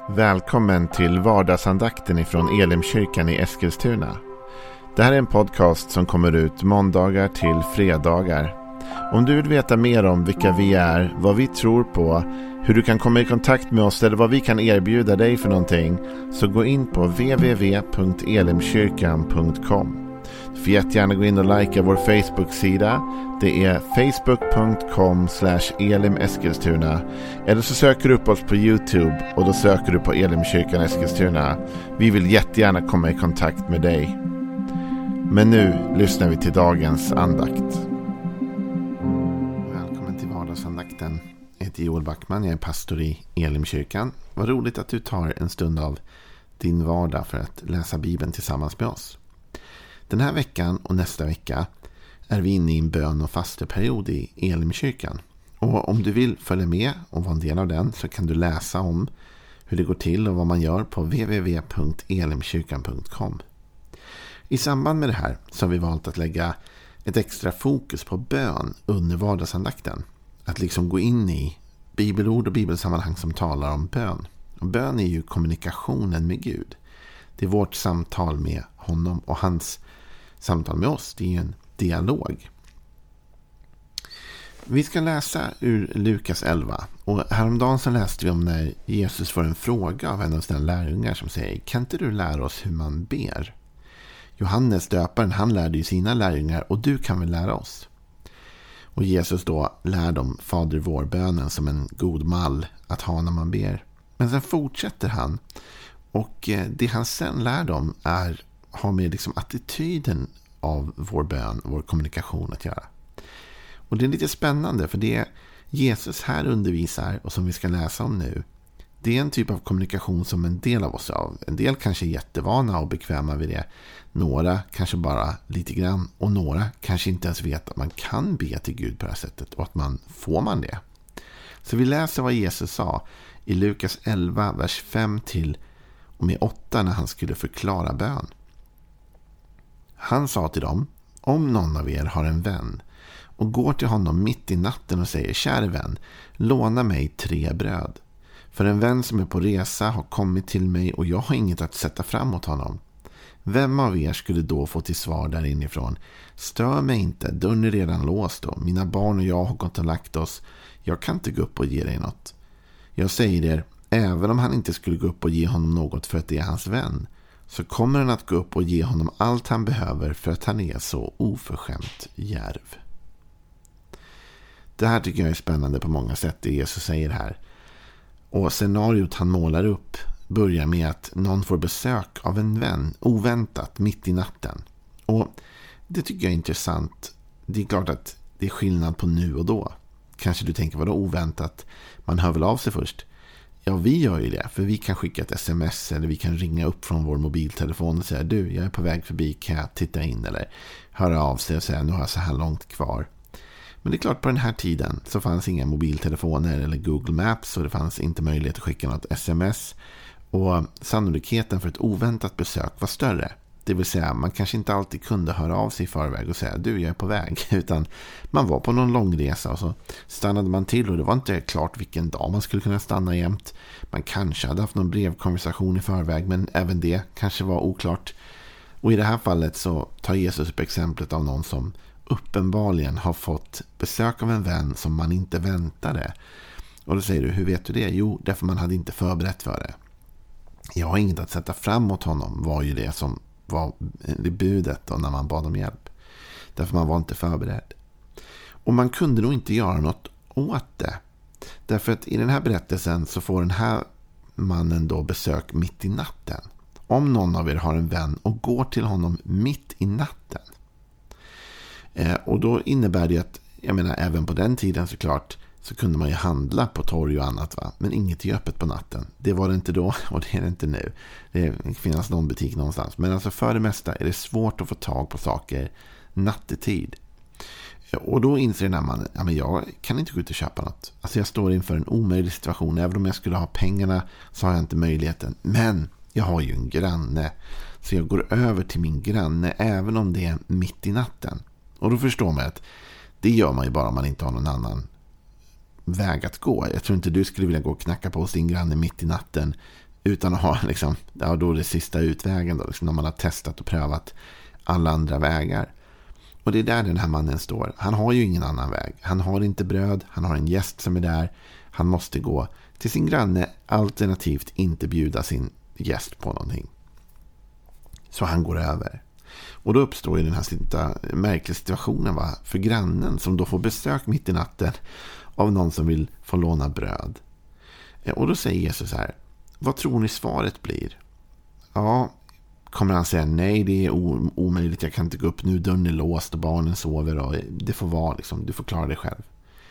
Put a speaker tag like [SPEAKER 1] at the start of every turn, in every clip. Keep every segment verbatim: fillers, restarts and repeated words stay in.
[SPEAKER 1] Välkommen till vardagsandakten ifrån Elimkyrkan i Eskilstuna. Det här är en podcast som kommer ut måndagar till fredagar. Om du vill veta mer om vilka vi är, vad vi tror på, hur du kan komma i kontakt med oss eller vad vi kan erbjuda dig för någonting, så gå in på w w w punkt elimkyrkan punkt com. Du får jättegärna gå in och likea vår Facebook-sida. Det är facebook punkt com slash elimeskilstuna. Eller så söker du upp oss på YouTube och då söker du på Elimkyrkan Eskilstuna. Vi vill jättegärna komma i kontakt med dig. Men nu lyssnar vi till dagens andakt. Välkommen till vardagsandakten. Jag heter Joel Backman, jag är pastor i Elimkyrkan. Vad roligt att du tar en stund av din vardag för att läsa Bibeln tillsammans med oss. Den här veckan och nästa vecka är vi inne i en bön- och fasteperiod i Elimkyrkan. Och om du vill följa med och vara en del av den så kan du läsa om hur det går till och vad man gör på w w w punkt elimkyrkan punkt com. I samband med det här så har vi valt att lägga ett extra fokus på bön under vardagsandakten. Att liksom gå in i bibelord och bibelsammanhang som talar om bön. Och bön är ju kommunikationen med Gud. Det är vårt samtal med honom och hans samtal med oss. Det är ju en dialog. Vi ska läsa ur Lukas elva. Och häromdagen så läste vi om när Jesus får en fråga av en av sina lärjungar som säger: kan inte du lära oss hur man ber? Johannes döparen, han lärde ju sina lärjungar och du kan väl lära oss. Och Jesus då lär dem Fader vår-bönen som en god mall att ha när man ber. Men sen fortsätter han. Och det han sen lär dem är, har med liksom attityden av vår bön, vår kommunikation att göra. Och det är lite spännande för det Jesus här undervisar och som vi ska läsa om nu, det är en typ av kommunikation som en del av oss av. En del kanske är jättevana och bekväma vid det. Några kanske bara lite grann och några kanske inte ens vet att man kan be till Gud på det här sättet och att man får man det. Så vi läser vad Jesus sa i Lukas elva, vers fem till och med åtta när han skulle förklara bön. Han sa till dem: om någon av er har en vän och går till honom mitt i natten och säger: käre vän, låna mig tre bröd. För en vän som är på resa har kommit till mig och jag har inget att sätta fram mot honom. Vem av er skulle då få till svar där inifrån: stör mig inte, dörren är redan låst och mina barn och jag har gått och lagt oss. Jag kan inte gå upp och ge dig något. Jag säger er, även om han inte skulle gå upp och ge honom något för att det är hans vän, så kommer han att gå upp och ge honom allt han behöver för att han är så oförskämt djärv. Det här tycker jag är spännande på många sätt, det Jesus säger här. Och scenariot han målar upp börjar med att någon får besök av en vän, oväntat, mitt i natten. Och det tycker jag är intressant. Det är klart att det är skillnad på nu och då. Kanske du tänker, vadå oväntat? Man hör väl av sig först? Ja, vi gör ju det. För vi kan skicka ett sms eller vi kan ringa upp från vår mobiltelefon och säga: du, jag är på väg förbi, kan jag titta in? Eller höra av sig och säga: nu har jag så här långt kvar. Men det är klart, på den här tiden så fanns inga mobiltelefoner eller Google Maps och det fanns inte möjlighet att skicka något sms. Och sannolikheten för ett oväntat besök var större. Det vill säga, man kanske inte alltid kunde höra av sig i förväg och säga: du, jag är på väg. Utan man var på någon långresa och så stannade man till och det var inte klart vilken dag man skulle kunna stanna jämt. Man kanske hade haft någon brevkonversation i förväg, men även det kanske var oklart. Och i det här fallet så tar Jesus upp exemplet av någon som uppenbarligen har fått besök av en vän som man inte väntade. Och då säger du, hur vet du det? Jo, därför man hade inte förberett för det. Jag har inget att sätta fram mot honom, var ju det som var det budet då när man bad om hjälp. Därför man var inte förberedd. Och man kunde nog inte göra något åt det. Därför att i den här berättelsen så får den här mannen då besök mitt i natten. Om någon av er har en vän och går till honom mitt i natten. Eh, och då innebär det att, jag menar, även på den tiden såklart så kunde man ju handla på torg och annat, va? Men inget är öppet på natten. Det var det inte då och det är det inte nu. Det finns någon butik någonstans. Men alltså för det mesta är det svårt att få tag på saker nattetid. Och då inser den här mannen, ja, men jag kan inte gå ut och köpa något. Alltså jag står inför en omöjlig situation. Även om jag skulle ha pengarna så har jag inte möjligheten. Men jag har ju en granne. Så jag går över till min granne även om det är mitt i natten. Och då förstår man att det gör man ju bara om man inte har någon annan väg att gå. Jag tror inte du skulle vilja gå och knacka på hos din granne mitt i natten utan att ha liksom, ja, då det sista utvägen då, liksom, när man har testat och prövat alla andra vägar. Och det är där den här mannen står. Han har ju ingen annan väg. Han har inte bröd, han har en gäst som är där. Han måste gå till sin granne, alternativt inte bjuda sin gäst på någonting. Så han går över. Och då uppstår ju den här sitta, märkliga situationen, va? För grannen som då får besök mitt i natten av någon som vill få låna bröd. Och då säger Jesus här: vad tror ni svaret blir? Ja, kommer han säga nej, det är omöjligt, jag kan inte gå upp nu, dörren är låst och barnen sover och det får vara liksom, du får klara dig själv.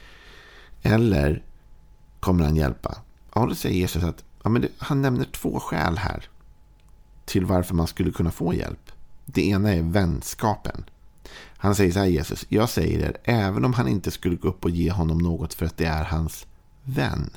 [SPEAKER 1] Eller kommer han hjälpa? Ja, då säger Jesus att ja, men det, han nämner två skäl här till varför man skulle kunna få hjälp. Det ena är vänskapen. Han säger så här, Jesus: jag säger er, även om han inte skulle gå upp och ge honom något för att det är hans vän.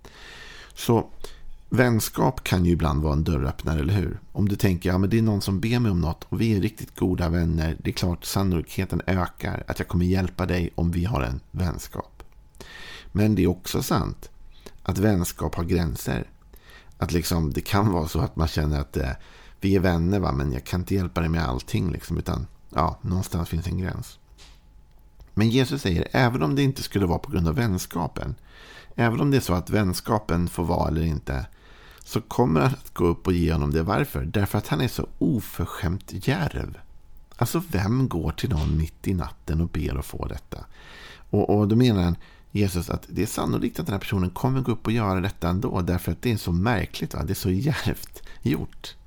[SPEAKER 1] Så vänskap kan ju ibland vara en dörröppnare, eller hur? Om du tänker, ja men det är någon som ber mig om något och vi är riktigt goda vänner, det är klart sannolikheten ökar att jag kommer hjälpa dig om vi har en vänskap. Men det är också sant att vänskap har gränser. Att liksom, det kan vara så att man känner att eh, vi är vänner, va? Men jag kan inte hjälpa dig med allting liksom, utan ja, någonstans finns en gräns. Men Jesus säger, även om det inte skulle vara på grund av vänskapen, även om det är så att vänskapen får vara eller inte, så kommer han att gå upp och ge honom det. Varför? Därför att han är så oförskämt djärv. Alltså vem går till någon mitt i natten och ber att få detta? Och, och då menar han, Jesus, att det är sannolikt att den här personen kommer gå upp och göra detta ändå, därför att det är så märkligt, va? Det är så djärvt gjort.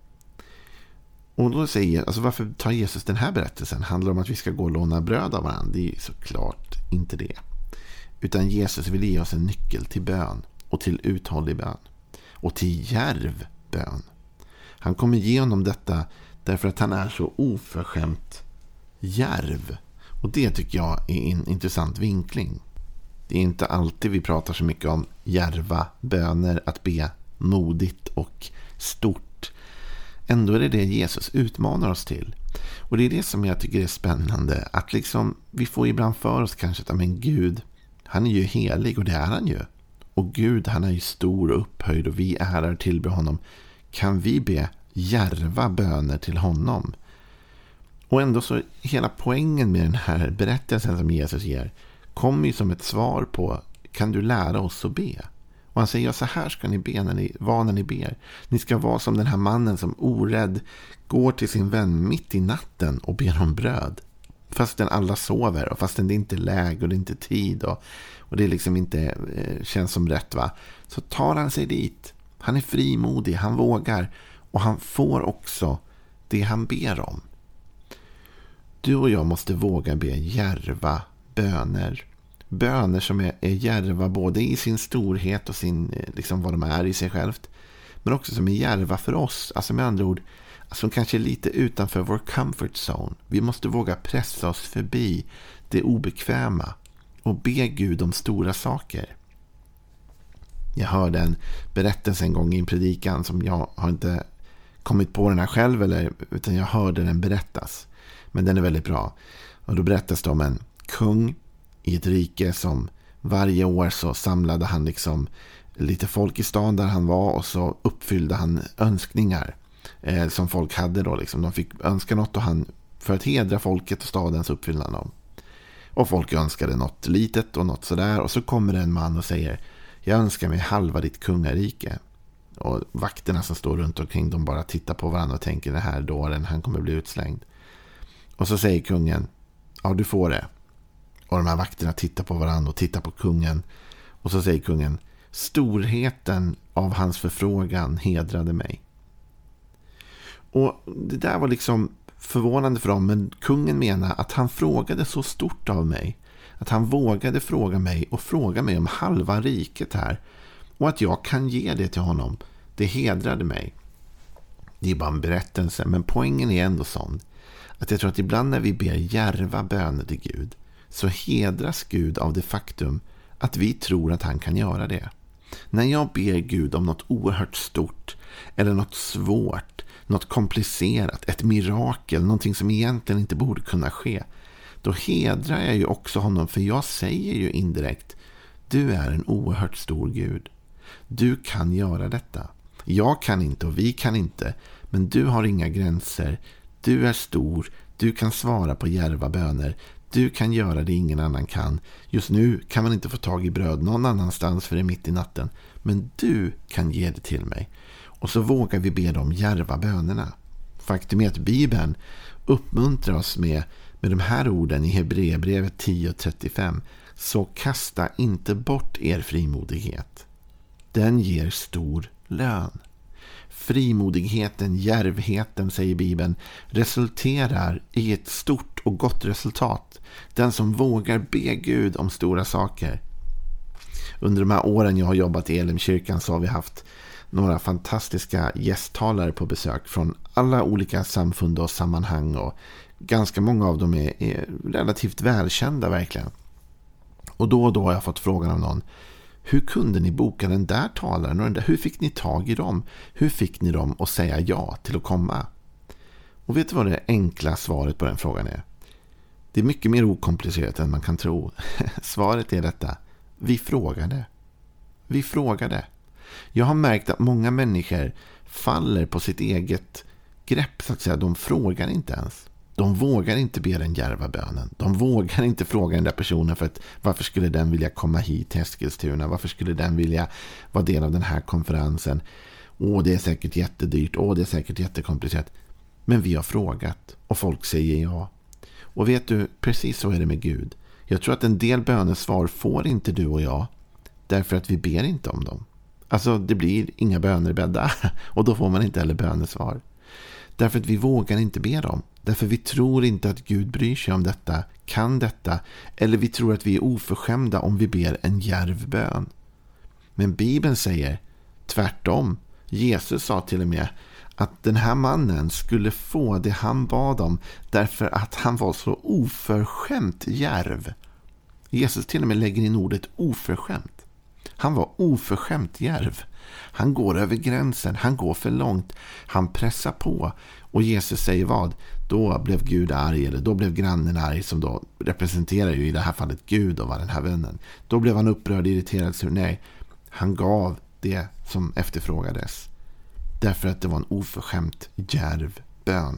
[SPEAKER 1] Och då säger, alltså varför tar Jesus den här berättelsen? Handlar det om att vi ska gå och låna bröd av varandra? Det är ju såklart inte det. Utan Jesus vill ge oss en nyckel till bön och till uthållig bön och till djärv bön. Han kommer ge honom detta därför att han är så oförskämt djärv. Och det tycker jag är en intressant vinkling. Det är inte alltid vi pratar så mycket om djärva böner, att be modigt och stort. Ändå är det det Jesus utmanar oss till. Och det är det som jag tycker är spännande. Att liksom, vi får ibland för oss kanske att men Gud, han är ju helig, och det är han ju. Och Gud, han är ju stor och upphöjd och vi ärar och tillber honom. Kan vi be djärva böner till honom? Och ändå så hela poängen med den här berättelsen som Jesus ger kommer ju som ett svar på, kan du lära oss att be? Och han säger, ja, så här ska ni be när ni, vara när ni ber. Ni ska vara som den här mannen som orädd går till sin vän mitt i natten och ber om bröd. Fastän alla sover och fastän det inte är läge och det är inte tid och, och det liksom inte eh, känns som rätt, va? Så tar han sig dit. Han är frimodig, han vågar och han får också det han ber om. Du och jag måste våga be djärva böner. Böner som är, är djärva både i sin storhet och sin, liksom vad de är i sig självt. Men också som är djärva för oss. Alltså med andra ord, som kanske är lite utanför vår comfort zone. Vi måste våga pressa oss förbi det obekväma och be Gud om stora saker. Jag hörde en berättelse en gång i en predikan som jag har inte kommit på den här själv, eller, utan jag hörde den berättas. Men den är väldigt bra. Och då berättas det om en kung i ett rike som varje år så samlade han liksom lite folk i stan där han var, och så uppfyllde han önskningar eh, som folk hade då liksom. De fick önska något och han, för att hedra folket och staden, så uppfyllde han dem. Och folk önskade något litet och något sådär, och så kommer det en man och säger, jag önskar mig halva ditt kungarike. Och vakterna som står runt omkring, de bara tittar på varandra och tänker, det här dåren, han kommer bli utslängd. Och så säger kungen, ja, du får det. Och de här vakterna tittar på varandra och tittar på kungen. Och så säger kungen, storheten av hans förfrågan hedrade mig. Och det där var liksom förvånande för dem, men kungen menar att han frågade så stort av mig. Att han vågade fråga mig och fråga mig om halva riket här. Och att jag kan ge det till honom. Det hedrade mig. Det är bara en berättelse, men poängen är ändå sån. Att jag tror att ibland när vi ber djärva böner till Gud, så hedras Gud av det faktum att vi tror att han kan göra det. När jag ber Gud om något oerhört stort eller något svårt, något komplicerat, ett mirakel, någonting som egentligen inte borde kunna ske, då hedrar jag ju också honom, för jag säger ju indirekt, du är en oerhört stor Gud. Du kan göra detta. Jag kan inte och vi kan inte, men du har inga gränser. Du är stor, du kan svara på djärva böner. Du kan göra det ingen annan kan. Just nu kan man inte få tag i bröd någon annanstans för det är mitt i natten. Men du kan ge det till mig. Och så vågar vi be de djärva bönerna. Faktum är att Bibeln uppmuntrar oss med, med de här orden i Hebreerbrevet tio trettiofem. Så kasta inte bort er frimodighet. Den ger stor lön. Frimodigheten, djärvheten, säger Bibeln, resulterar i ett stort och gott resultat. Den som vågar be Gud om stora saker. Under de här åren jag har jobbat i Elimkyrkan så har vi haft några fantastiska gästtalare på besök från alla olika samfund och sammanhang, och ganska många av dem är, är relativt välkända verkligen. Och då och då har jag fått frågan av någon: hur kunde ni boka den där talaren och den där? Hur fick ni tag i dem? Hur fick ni dem att säga ja till att komma? Och vet du vad det enkla svaret på den frågan är? Det är mycket mer okomplicerat än man kan tro. Svaret är detta: vi frågade. Vi frågade. Jag har märkt att många människor faller på sitt eget grepp, så att säga. De frågar inte ens. De vågar inte be den djärva bönen. De vågar inte fråga den där personen för att varför skulle den vilja komma hit till Eskilstuna? Varför skulle den vilja vara del av den här konferensen? Åh, det är säkert jättedyrt. Åh, det är säkert jättekomplicerat. Men vi har frågat och folk säger ja. Och vet du, precis så är det med Gud. Jag tror att en del bönesvar får inte du och jag därför att vi ber inte om dem. Alltså, det blir inga böner bädda och då får man inte heller bönesvar. Därför att vi vågar inte be dem. Därför vi tror inte att Gud bryr sig om detta, kan detta, eller vi tror att vi är oförskämda om vi ber en djärv bön. Men Bibeln säger tvärtom. Jesus sa till och med att den här mannen skulle få det han bad om därför att han var så oförskämt djärv. Jesus till och med lägger in ordet oförskämt. Han var oförskämt djärv. Han går över gränsen, han går för långt, han pressar på. Och Jesus säger vad? Då blev Gud arg, eller då blev grannen arg, som då representerar ju i det här fallet Gud och var den här vännen. Då blev han upprörd, irriterad, så nej, han gav det som efterfrågades. Därför att det var en oförskämt djärv bön.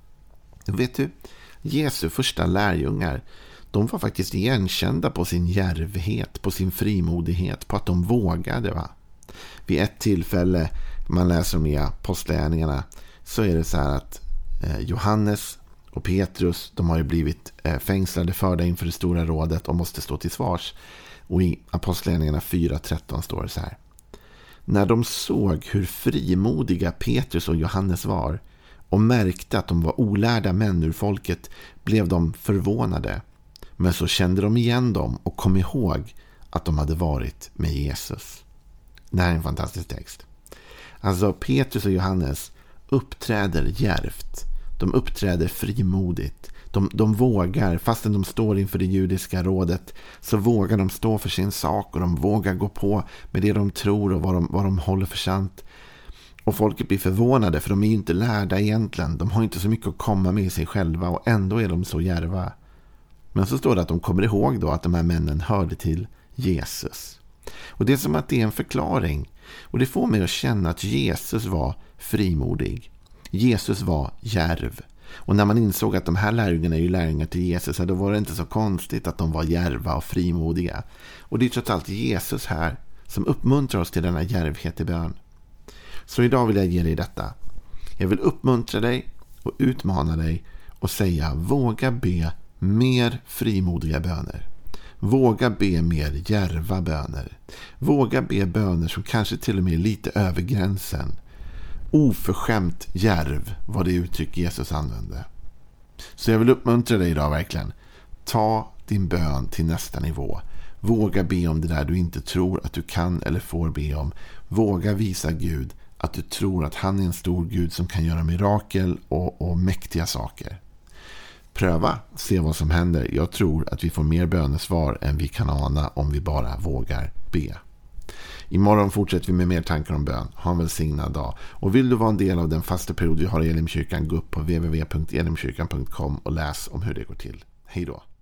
[SPEAKER 1] Och vet du, Jesu första lärjungar, de var faktiskt igenkända på sin djärvhet, på sin frimodighet, på att de vågade, va? Vid ett tillfälle, man läser om i Apostlagärningarna, så är det så här att eh, Johannes och Petrus, de har ju blivit eh, fängslade, förda inför det stora rådet och måste stå till svars. Och i Apostlagärningarna fyra tretton står det så här: när de såg hur frimodiga Petrus och Johannes var och märkte att de var olärda män ur folket, blev de förvånade. Men så kände de igen dem och kom ihåg att de hade varit med Jesus. Det här är en fantastisk text. Alltså, Petrus och Johannes uppträder djärvt. De uppträder frimodigt. De, de vågar, fastän de står inför det judiska rådet, så vågar de stå för sin sak och de vågar gå på med det de tror och vad de, vad de håller för sant. Och folket blir förvånade, för de är ju inte lärda egentligen. De har inte så mycket att komma med i sig själva och ändå är de så djärva. Men så står det att de kommer ihåg då att de här männen hörde till Jesus. Och det är som att det är en förklaring. Och det får mig att känna att Jesus var frimodig. Jesus var djärv. Och när man insåg att de här lärjungarna är ju lärjungar till Jesus, då var det inte så konstigt att de var djärva och frimodiga. Och det är trots allt Jesus här som uppmuntrar oss till denna djärvhet i bön. Så idag vill jag ge dig detta. Jag vill uppmuntra dig och utmana dig och säga: våga be mer frimodiga böner. Våga be mer djärva böner. Våga be böner som kanske till och med är lite över gränsen. Oförskämt djärv var det uttryck Jesus använde. Så jag vill uppmuntra dig idag verkligen. Ta din bön till nästa nivå. Våga be om det där du inte tror att du kan eller får be om. Våga visa Gud att du tror att han är en stor Gud som kan göra mirakel och, och mäktiga saker. Pröva, se vad som händer. Jag tror att vi får mer bönesvar än vi kan ana om vi bara vågar be. Imorgon fortsätter vi med mer tankar om bön. Ha en välsignad dag. Och vill du vara en del av den fasta period vi har i Elimkyrkan, gå upp på w w w punkt elimkyrkan punkt com och läs om hur det går till. Hej då!